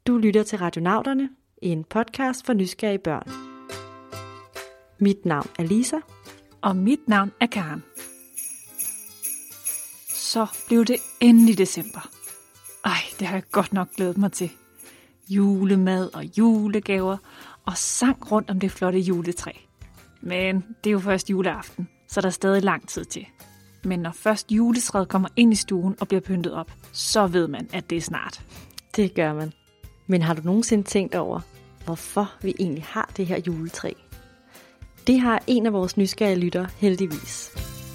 Du lytter til Radionauterne, en podcast for nysgerrige børn. Mit navn er Lisa. Og mit navn er Karen. Så blev det endelig december. Det har jeg godt nok glædet mig til. Julemad og julegaver og sang rundt om det flotte juletræ. Men det er jo først juleaften, så der er stadig lang tid til. Men når først juletræet kommer ind i stuen og bliver pyntet op, så ved man, at det er snart. Det gør man. Men har du nogensinde tænkt over, hvorfor vi egentlig har det her juletræ? Det har en af vores nysgerrige lyttere heldigvis.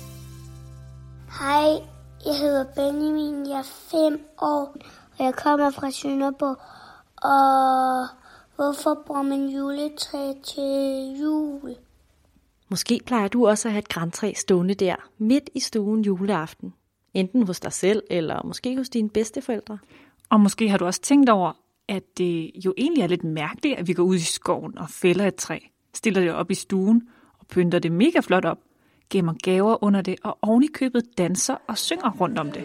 Hej, jeg hedder Benjamin, jeg er 5 år, og jeg kommer fra Sønderborg. Og hvorfor bruger man juletræ til jul? Måske plejer du også at have et grantræ stående der, midt i stuen juleaften. Enten hos dig selv, eller måske hos dine bedsteforældre. Og måske har du også tænkt over, at det jo egentlig er lidt mærkeligt, at vi går ud i skoven og fælder et træ, stiller det op i stuen og pynter det mega flot op, gemmer gaver under det og oven i købet danser og synger rundt om det.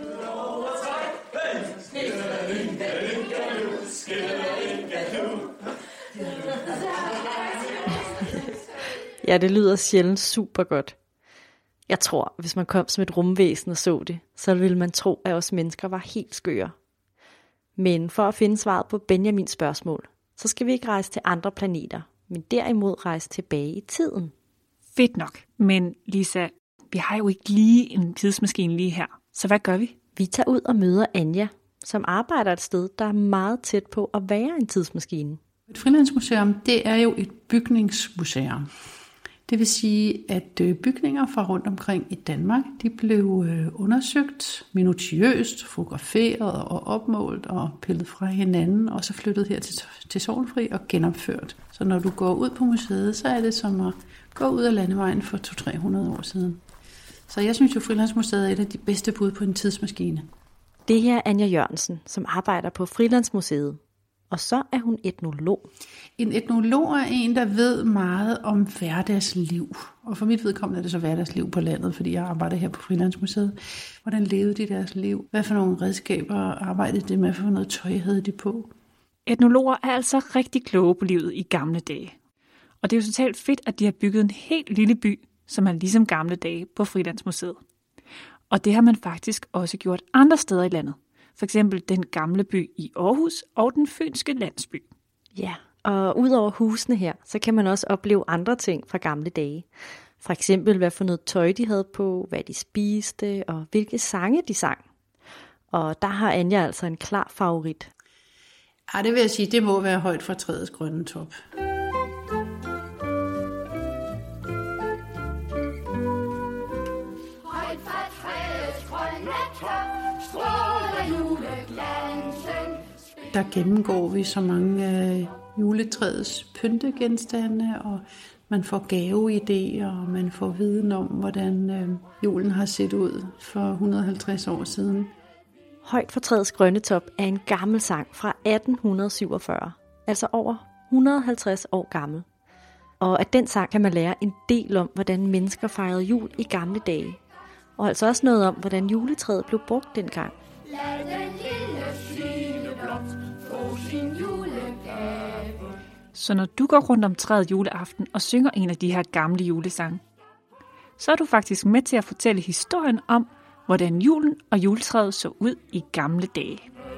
Ja, det lyder sjældent super godt. Jeg tror, hvis man kom som et rumvæsen og så det, så ville man tro, at os mennesker var helt skøre. Men for at finde svaret på Benjamins spørgsmål, så skal vi ikke rejse til andre planeter, men derimod rejse tilbage i tiden. Fedt nok, men Lisa, vi har jo ikke lige en tidsmaskine lige her, så hvad gør vi? Vi tager ud og møder Anja, som arbejder et sted, der er meget tæt på at være en tidsmaskine. Et frilandsmuseum, det er jo et bygningsmuseum. Det vil sige, at bygninger fra rundt omkring i Danmark, de blev undersøgt minutiøst, fotograferet og opmålt og pillet fra hinanden, og så flyttet her til Sorgenfri og genopført. Så når du går ud på museet, så er det som at gå ud af landevejen for 200-300 år siden. Så jeg synes jo, Frilandsmuseet er et af de bedste bud på en tidsmaskine. Det her er Anja Jørgensen, som arbejder på Frilandsmuseet. Og så er hun etnolog. En etnolog er en, der ved meget om hverdagsliv. Og for mit vedkommende er det så hverdagsliv på landet, fordi jeg arbejder her på Frilandsmuseet. Hvordan levede de deres liv? Hvad for nogle redskaber arbejdede de med? Hvad for noget tøj havde de på? Etnologer er altså rigtig kloge på livet i gamle dage. Og det er jo totalt fedt, at de har bygget en helt lille by, som er ligesom gamle dage på Frilandsmuseet. Og det har man faktisk også gjort andre steder i landet. For eksempel den gamle by i Aarhus og den fynske landsby. Ja, og udover husene her, så kan man også opleve andre ting fra gamle dage. For eksempel, hvad for noget tøj de havde på, hvad de spiste og hvilke sange de sang. Og der har Anja altså en klar favorit. Ja, det vil jeg sige, det må være Højt fra træets grønne top. Højt fra træets grønne top, stråler juleglansen. Der gennemgår vi så mange juletræets pyntegenstande, og man får gaveidéer, og man får viden om, hvordan julen har set ud for 150 år siden. Højt fra træets grønne top er en gammel sang fra 1847, altså over 150 år gammel. Og af den sang kan man lære en del om, hvordan mennesker fejrede jul i gamle dage. Og altså også noget om, hvordan juletræet blev brugt dengang. Lad den lille svineblomst få sin julegave. Så når du går rundt om træet juleaften og synger en af de her gamle julesange, så er du faktisk med til at fortælle historien om, hvordan julen og juletræet så ud i gamle dage.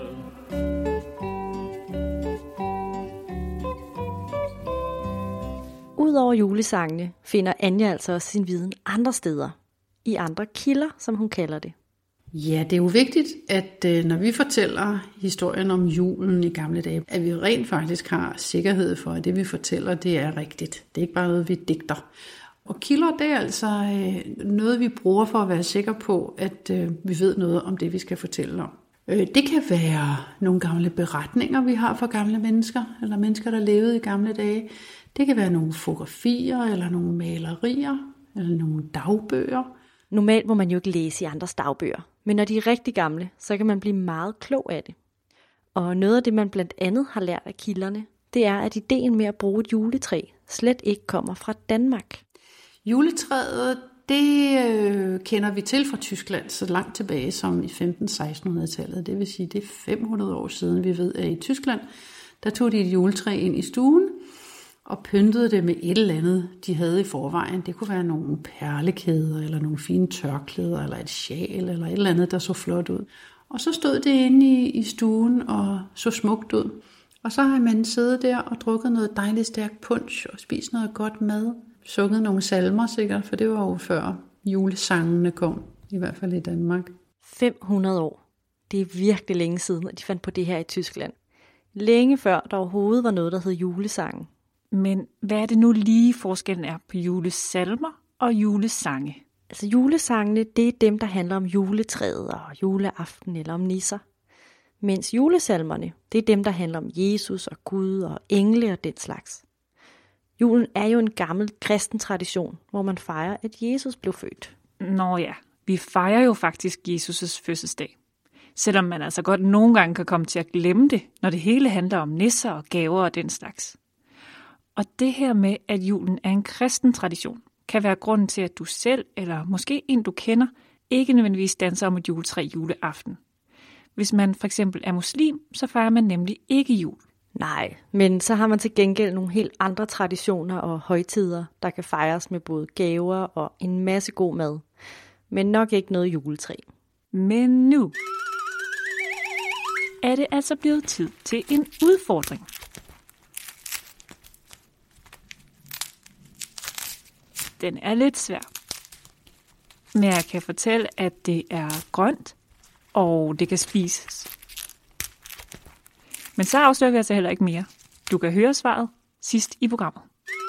Udover julesangene finder Anja altså også sin viden andre steder. I andre kilder, som hun kalder det. Ja, det er jo vigtigt, at når vi fortæller historien om julen i gamle dage, at vi rent faktisk har sikkerhed for, at det vi fortæller, det er rigtigt. Det er ikke bare noget, vi digter. Og kilder, det er altså noget, vi bruger for at være sikre på, at vi ved noget om det, vi skal fortælle om. Det kan være nogle gamle beretninger, vi har for gamle mennesker, eller mennesker, der levede i gamle dage. Det kan være nogle fotografier, eller nogle malerier, eller nogle dagbøger. Normalt må man jo ikke læse i andres dagbøger, men når de er rigtig gamle, så kan man blive meget klog af det. Og noget af det, man blandt andet har lært af kilderne, det er, at ideen med at bruge et juletræ slet ikke kommer fra Danmark. Juletræet, det kender vi til fra Tyskland så langt tilbage som i 1500-1600-tallet. Det vil sige, det er 500 år siden, vi ved, at i Tyskland, der tog de et juletræ ind i stuen og pyntede det med et eller andet, de havde i forvejen. Det kunne være nogle perlekæder, eller nogle fine tørklæder, eller et sjal, eller et eller andet, der så flot ud. Og så stod det inde i stuen og så smukt ud. Og så har man siddet der og drukket noget dejligt stærkt punch og spist noget godt mad. Sunget nogle salmer sikkert, for det var jo før julesangene kom, i hvert fald i Danmark. 500 år. Det er virkelig længe siden, at de fandt på det her i Tyskland. Længe før der overhovedet var noget, der hed julesange. Men hvad er det nu lige forskellen er på julesalmer og julesange? Altså julesangene, det er dem, der handler om juletræet og juleaften eller om nisser. Mens julesalmerne, det er dem, der handler om Jesus og Gud og engle og den slags. Julen er jo en gammel kristen tradition, hvor man fejrer, at Jesus blev født. Nå ja, vi fejrer jo faktisk Jesus' fødselsdag. Selvom man altså godt nogle gange kan komme til at glemme det, når det hele handler om nisser og gaver og den slags. Og det her med, at julen er en kristen tradition, kan være grunden til, at du selv, eller måske en du kender, ikke nødvendigvis danser om et juletræ juleaften. Hvis man for eksempel er muslim, så fejrer man nemlig ikke jul. Nej, men så har man til gengæld nogle helt andre traditioner og højtider, der kan fejres med både gaver og en masse god mad. Men nok ikke noget juletræ. Men nu er det altså blevet tid til en udfordring. Den er lidt svær. Men jeg kan fortælle, at det er grønt, og det kan spises. Men så afslører vi altså heller ikke mere. Du kan høre svaret sidst i programmet.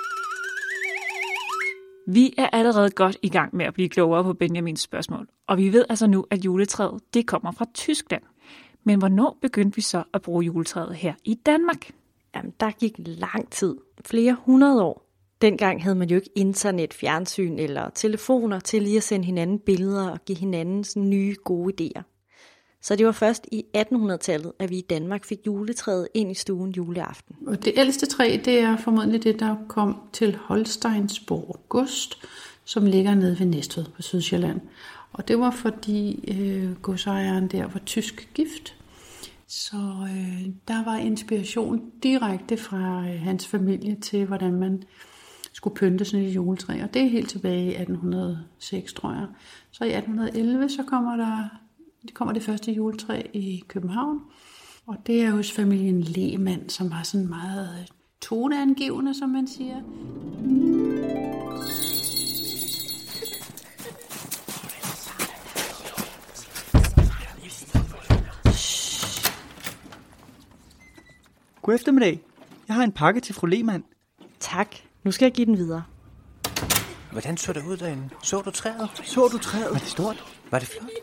Vi er allerede godt i gang med at blive klogere på Benjamins spørgsmål, og vi ved altså nu, at juletræet det kommer fra Tyskland. Men hvornår begyndte vi så at bruge juletræet her i Danmark? Jamen, der gik lang tid. Flere 100 år. Dengang havde man jo ikke internet, fjernsyn eller telefoner til lige at sende hinanden billeder og give hinanden sådan nye gode idéer. Så det var først i 1800-tallet, at vi i Danmark fik juletræet ind i stuen juleaften. Og det ældste træ, det er formodentlig det, der kom til Holsteinsborg Gods, som ligger nede ved Næstved på Sydsjælland. Og det var fordi godsejeren der var tysk gift. Så der var inspiration direkte fra hans familie til, hvordan man skulle pynte sådan et juletræ. Og det er helt tilbage i 1806, tror jeg. Så i 1811, så kommer det første juletræ i København. Og det er hos familien Lehmann, som var sådan meget toneangivende, som man siger. God eftermiddag. Jeg har en pakke til fru Lehmann. Tak. Nu skal jeg give den videre. Hvordan så det ud derinde? Så du træet? Så du træet? Var det stort? Var det flot?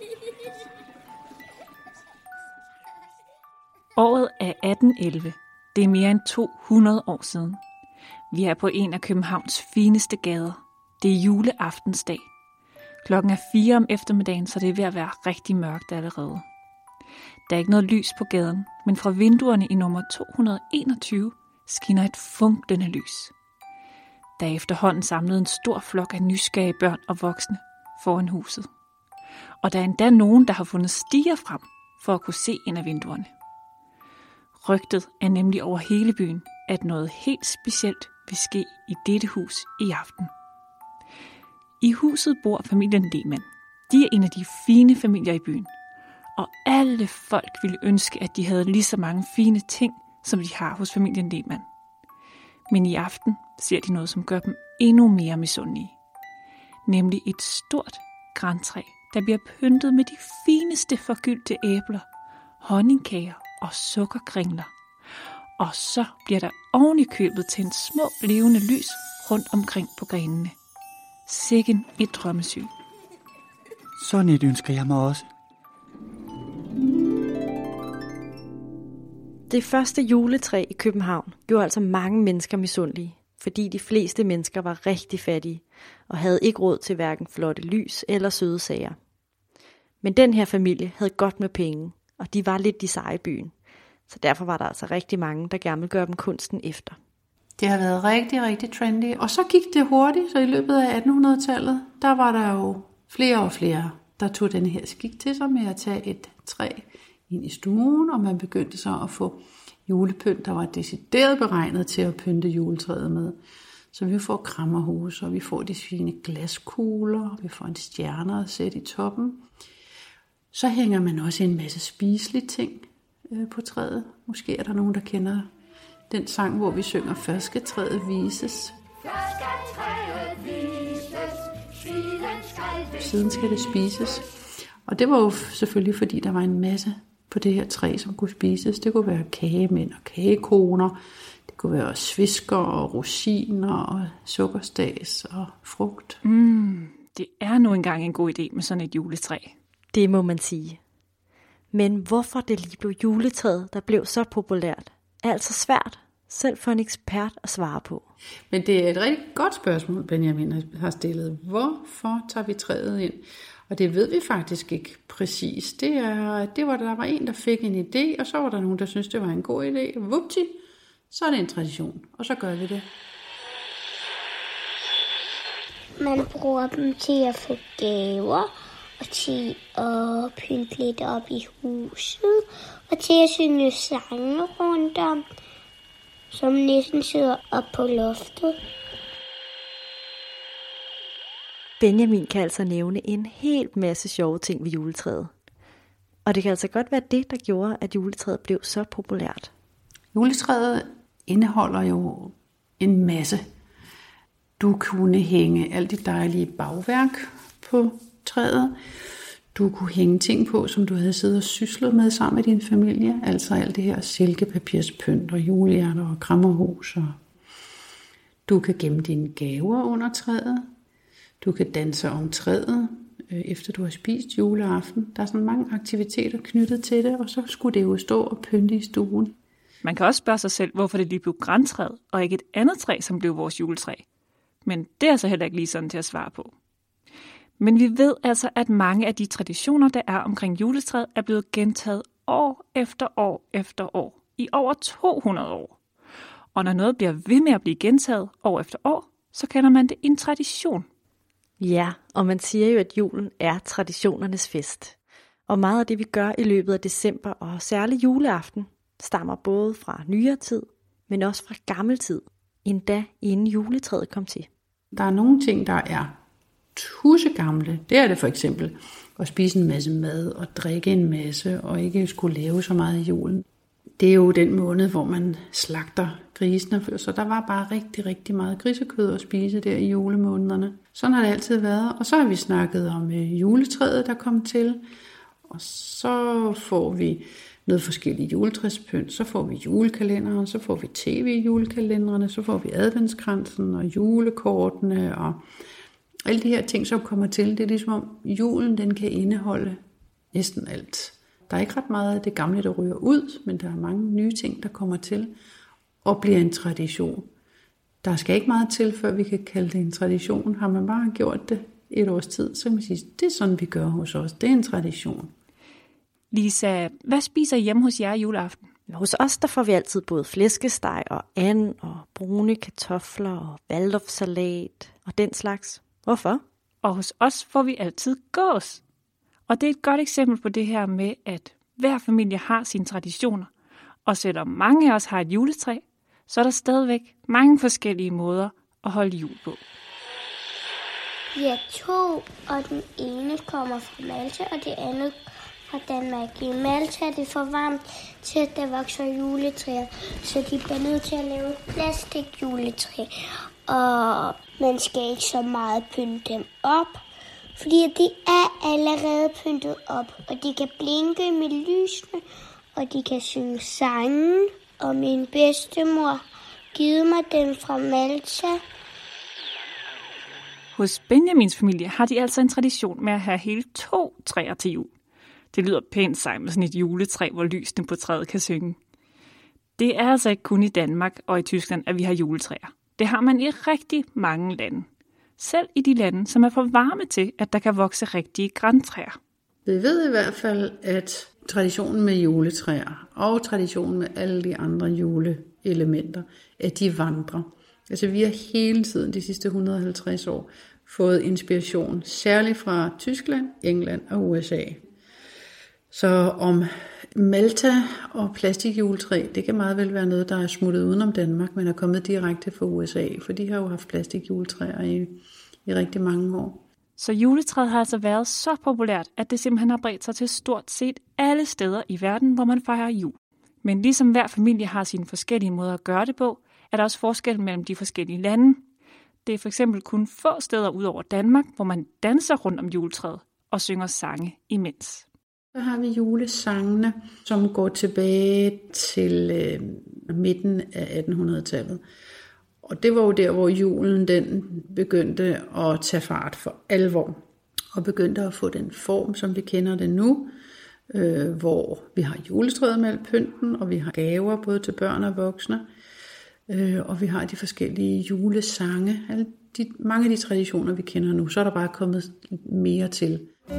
Året er 1811. Det er mere end 200 år siden. Vi er på en af Københavns fineste gader. Det er juleaftensdag. Klokken er 4 om eftermiddagen, så det er ved at være rigtig mørkt allerede. Der er ikke noget lys på gaden, men fra vinduerne i nummer 221 skinner et funklende lys. Der er efterhånden samlet en stor flok af nysgerrige børn og voksne foran huset. Og der er endda nogen, der har fundet stiger frem for at kunne se ind af vinduerne. Rygtet er nemlig over hele byen, at noget helt specielt vil ske i dette hus i aften. I huset bor familien Lehmann. De er en af de fine familier i byen. Og alle folk ville ønske, at de havde lige så mange fine ting, som de har hos familien Lehmann. Men i aften ser de noget, som gør dem endnu mere misundelige. Nemlig et stort grantræ, der bliver pyntet med de fineste forgyldte æbler, honningkager og sukkerkringler. Og så bliver der oven i købet til en små levende lys rundt omkring på grenene. Sikken et drømmesyn. Sådan et ønsker jeg mig også. Det første juletræ i København gjorde altså mange mennesker misundelige, fordi de fleste mennesker var rigtig fattige og havde ikke råd til hverken flotte lys eller søde sager. Men den her familie havde godt med penge, og de var lidt de seje i byen. Så derfor var der altså rigtig mange, der gerne ville gøre dem kunsten efter. Det har været rigtig, rigtig trendy. Og så gik det hurtigt, så i løbet af 1800-tallet, der var der jo flere og flere, der tog den her skik til sig med at tage et træ ind i stuen, og man begyndte så at få julepynt, der var decideret beregnet til at pynte juletræet med. Så vi får krammerhus, og vi får de fine glaskugler, vi får en stjerne at sætte i toppen. Så hænger man også en masse spiselige ting på træet. Måske er der nogen, der kender den sang, hvor vi synger, først skal træet vises. Først skal træet vises, siden skal det spises. Og det var jo selvfølgelig, fordi der var en masse på det her træ, som kunne spises. Det kunne være kagemænd og kagekoner. Det kunne være svisker og rosiner og sukkerstads og frugt. Det er nu engang en god idé med sådan et juletræ. Det må man sige. Men hvorfor det lige blev juletræet, der blev så populært, er altså svært, selv for en ekspert at svare på. Men det er et rigtig godt spørgsmål, Benjamin har stillet. Hvorfor tager vi træet ind? Og det ved vi faktisk ikke præcis. Det var, der var en, der fik en idé, og så var der nogen, der syntes, det var en god idé. Vupti, så er det en tradition, og så gør vi det. Man bruger dem til at få gaver, og til at pynte lidt op i huset, og til at synge sange rundt om, som næsten sidder op på loftet. Benjamin kan altså nævne en helt masse sjove ting ved juletræet. Og det kan altså godt være det, der gjorde, at juletræet blev så populært. Juletræet indeholder jo en masse. Du kunne hænge alt det dejlige bagværk på træet. Du kunne hænge ting på, som du havde siddet og syslet med sammen med din familie. Altså alt det her silkepapirspynt og julehjerter og krammerhus. Du kan gemme dine gaver under træet. Du kan danse om træet, efter du har spist juleaften. Der er sådan mange aktiviteter knyttet til det, og så skulle det jo stå og pynte i stuen. Man kan også spørge sig selv, hvorfor det lige blev grantræet, og ikke et andet træ, som blev vores juletræ. Men det er altså heller ikke lige sådan til at svare på. Men vi ved altså, at mange af de traditioner, der er omkring juletræet, er blevet gentaget år efter år efter år. I over 200 år. Og når noget bliver ved med at blive gentaget år efter år, så kalder man det en tradition. Ja, og man siger jo, at julen er traditionernes fest. Og meget af det, vi gør i løbet af december og særligt juleaften, stammer både fra nyere tid, men også fra gammel tid, endda inden juletræet kom til. Der er nogle ting, der er tussegamle. Det er det for eksempel at spise en masse mad og drikke en masse og ikke skulle lave så meget i julen. Det er jo den måned, hvor man slagter grisene, så der var bare rigtig, rigtig meget grisekød at spise der i julemånederne. Sådan har det altid været, og så har vi snakket om juletræet, der kom til, og så får vi noget forskelligt juletræspynt, så får vi julekalenderen, så får vi tv-julekalenderne, så får vi adventskransen og julekortene og alle de her ting, som kommer til. Det er ligesom om julen, den kan indeholde næsten alt. Der er ikke ret meget af det gamle, der ryger ud, men der er mange nye ting, der kommer til og bliver en tradition. Der skal ikke meget til, før vi kan kalde det en tradition. Har man bare gjort det et års tid, så kan man sige, det er sådan, vi gør hos os. Det er en tradition. Lisa, hvad spiser I hjemme hos jer juleaften? Hos os der får vi altid både flæskesteg og and og brune kartofler og waldorfsalat og den slags. Hvorfor? Og hos os får vi altid gås. Og det er et godt eksempel på det her med, at hver familie har sine traditioner. Og selvom mange af os har et juletræ, så er der stadigvæk mange forskellige måder at holde jul på. Vi er 2, og den ene kommer fra Malta, og det andet fra Danmark. I Malta er det for varmt til, at der vokser juletræer, så de bliver nødt til at lave plastikjuletræ. Og man skal ikke så meget pynte dem op, fordi de er allerede pyntet op, og de kan blinke med lysene, og de kan synge sange. Og min bedstemor givet mig dem fra Malta. Hos Benjamins familie har de altså en tradition med at have hele 2 træer til jul. Det lyder pænt sejt med sådan et juletræ, hvor lysene på træet kan synge. Det er altså ikke kun i Danmark og i Tyskland, at vi har juletræer. Det har man i rigtig mange lande. Selv i de lande, som er for varme til, at der kan vokse rigtige grantræer. Vi ved i hvert fald, at traditionen med juletræer og traditionen med alle de andre juleelementer, at de vandrer. Altså vi har hele tiden de sidste 150 år fået inspiration, særligt fra Tyskland, England og USA. Så om Malta og plastikjuletræ, det kan meget vel være noget, der er smuttet udenom Danmark, men er kommet direkte fra USA, for de har jo haft plastikjuletræer i rigtig mange år. Så juletræet har altså været så populært, at det simpelthen har bredt sig til stort set alle steder i verden, hvor man fejrer jul. Men ligesom hver familie har sine forskellige måder at gøre det på, er der også forskel mellem de forskellige lande. Det er for eksempel kun få steder ud over Danmark, hvor man danser rundt om juletræet og synger sange imens. Så har vi julesangene, som går tilbage til midten af 1800-tallet. Og det var jo der, hvor julen den begyndte at tage fart for alvor. Og begyndte at få den form, som vi kender det nu. Hvor vi har juletræet med pynten, og vi har gaver både til børn og voksne. Og vi har de forskellige julesange. Mange af de traditioner, vi kender nu, så er der bare kommet mere til.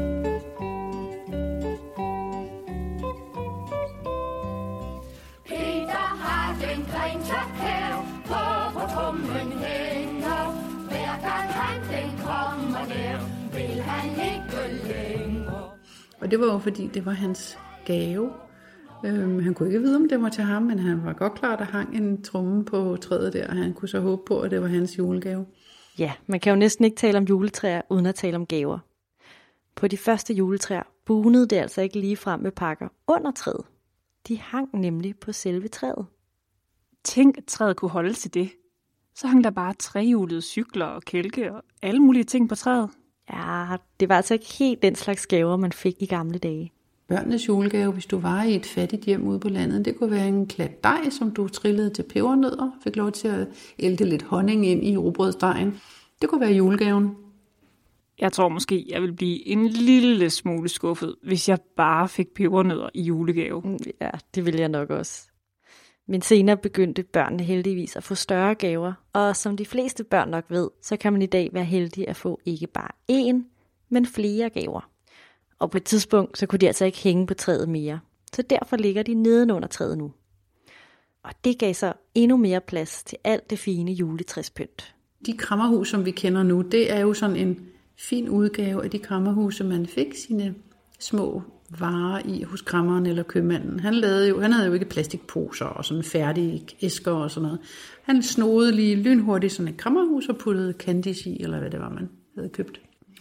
Og det var jo fordi, det var hans gave. Han kunne ikke vide, om det var til ham, men han var godt klar, der hang en tromme på træet der, og han kunne så håbe på, at det var hans julegave. Ja, man kan jo næsten ikke tale om juletræer, uden at tale om gaver. På de første juletræer bunede det altså ikke lige frem med pakker under træet. De hang nemlig på selve træet. Tænk, at træet kunne holde til det. Så hang der bare trehjulede cykler og kælke og alle mulige ting på træet. Ja, det var altså ikke helt den slags gaver, man fik i gamle dage. Børnenes julegave, hvis du var i et fattigt hjem ude på landet, det kunne være en klat dej, som du trillede til pebernødder, fik lov til at ælte lidt honning ind i rugbrødsdejen. Det kunne være julegaven. Jeg tror måske, jeg vil blive en lille smule skuffet, hvis jeg bare fik pebernødder i julegave. Ja, det vil jeg nok også. Men senere begyndte børnene heldigvis at få større gaver, og som de fleste børn nok ved, så kan man i dag være heldig at få ikke bare én, men flere gaver. Og på et tidspunkt, så kunne de altså ikke hænge på træet mere, så derfor ligger de nedenunder træet nu. Og det gav så endnu mere plads til alt det fine juletræspynt. De kræmmerhus, som vi kender nu, det er jo sådan en fin udgave af de kræmmerhuse, man fik sine små varer i hos kræmmeren eller købmanden. Han havde jo ikke plastikposer og sådan færdige æsker og sådan noget. Han snodede lige lynhurtigt sådan et kræmmerhus og puttede candies i, eller hvad det var, man havde købt.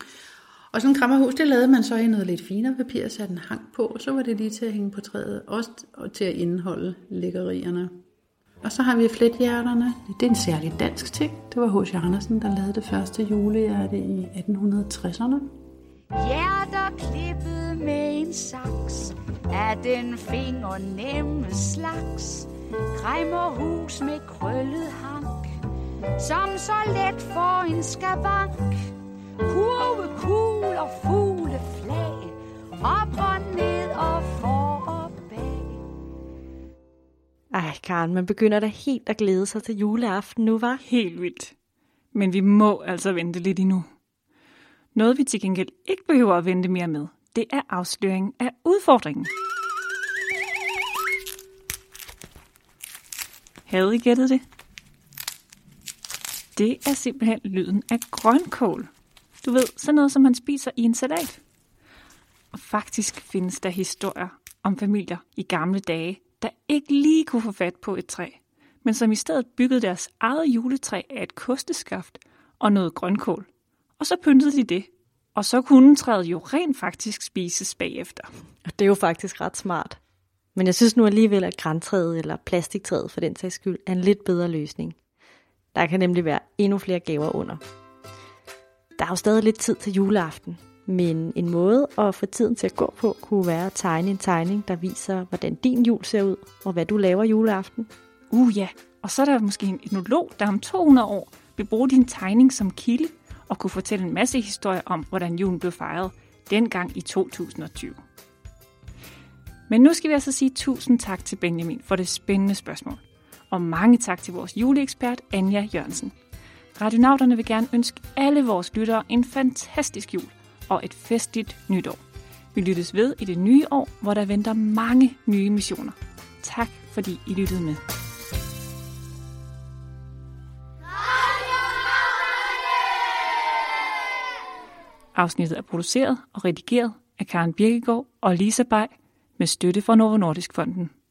Og sådan et kræmmerhus, det lavede man så i noget lidt finere papir, så den hang på, og så var det lige til at hænge på træet, også til at indeholde lækkerierne. Og så har vi flethjerterne. Det er en særlig dansk ting. Det var H.C. Andersen, der lavede det første julehjerte i 1860'erne. Hjerter klippet med en saks af den fingernemme slags. Kræmmerhus med krøllet hank, som så let får en skavank. Kurve, kugl og fugle flag, op og ned og for og bag. Ej, Karen, man begynder da helt at glæde sig til juleaften nu, hva'? Helt vildt. Men vi må altså vente lidt endnu. Noget vi til gengæld ikke behøver at vente mere med, det er afsløringen af udfordringen. Havde I gættet det? Det er simpelthen lyden af grønkål. Du ved, sådan noget, som man spiser i en salat. Og faktisk findes der historier om familier i gamle dage, der ikke lige kunne få fat på et træ, men som i stedet byggede deres eget juletræ af et kosteskaft og noget grønkål. Og så pyntede de det, og så kunne træet jo rent faktisk spises bagefter. Og det er jo faktisk ret smart. Men jeg synes nu alligevel, at grantræet eller plastiktræet for den sags skyld er en lidt bedre løsning. Der kan nemlig være endnu flere gaver under. Der er jo stadig lidt tid til juleaften, men en måde at få tiden til at gå på kunne være at tegne en tegning, der viser, hvordan din jul ser ud, og hvad du laver juleaften. Ja, og så er der måske en etnolog, der om 200 år vil bruge din tegning som kilde og kunne fortælle en masse historier om, hvordan julen blev fejret dengang i 2020. Men nu skal vi altså sige tusind tak til Benjamin for det spændende spørgsmål. Og mange tak til vores juleekspert Anja Jørgensen. Radionauterne vil gerne ønske alle vores lyttere en fantastisk jul og et festligt nytår. Vi lyttes ved i det nye år, hvor der venter mange nye missioner. Tak fordi I lyttede med. Afsnittet er produceret og redigeret af Karen Birkegaard og Lisa Bay med støtte fra Novo Nordisk Fonden.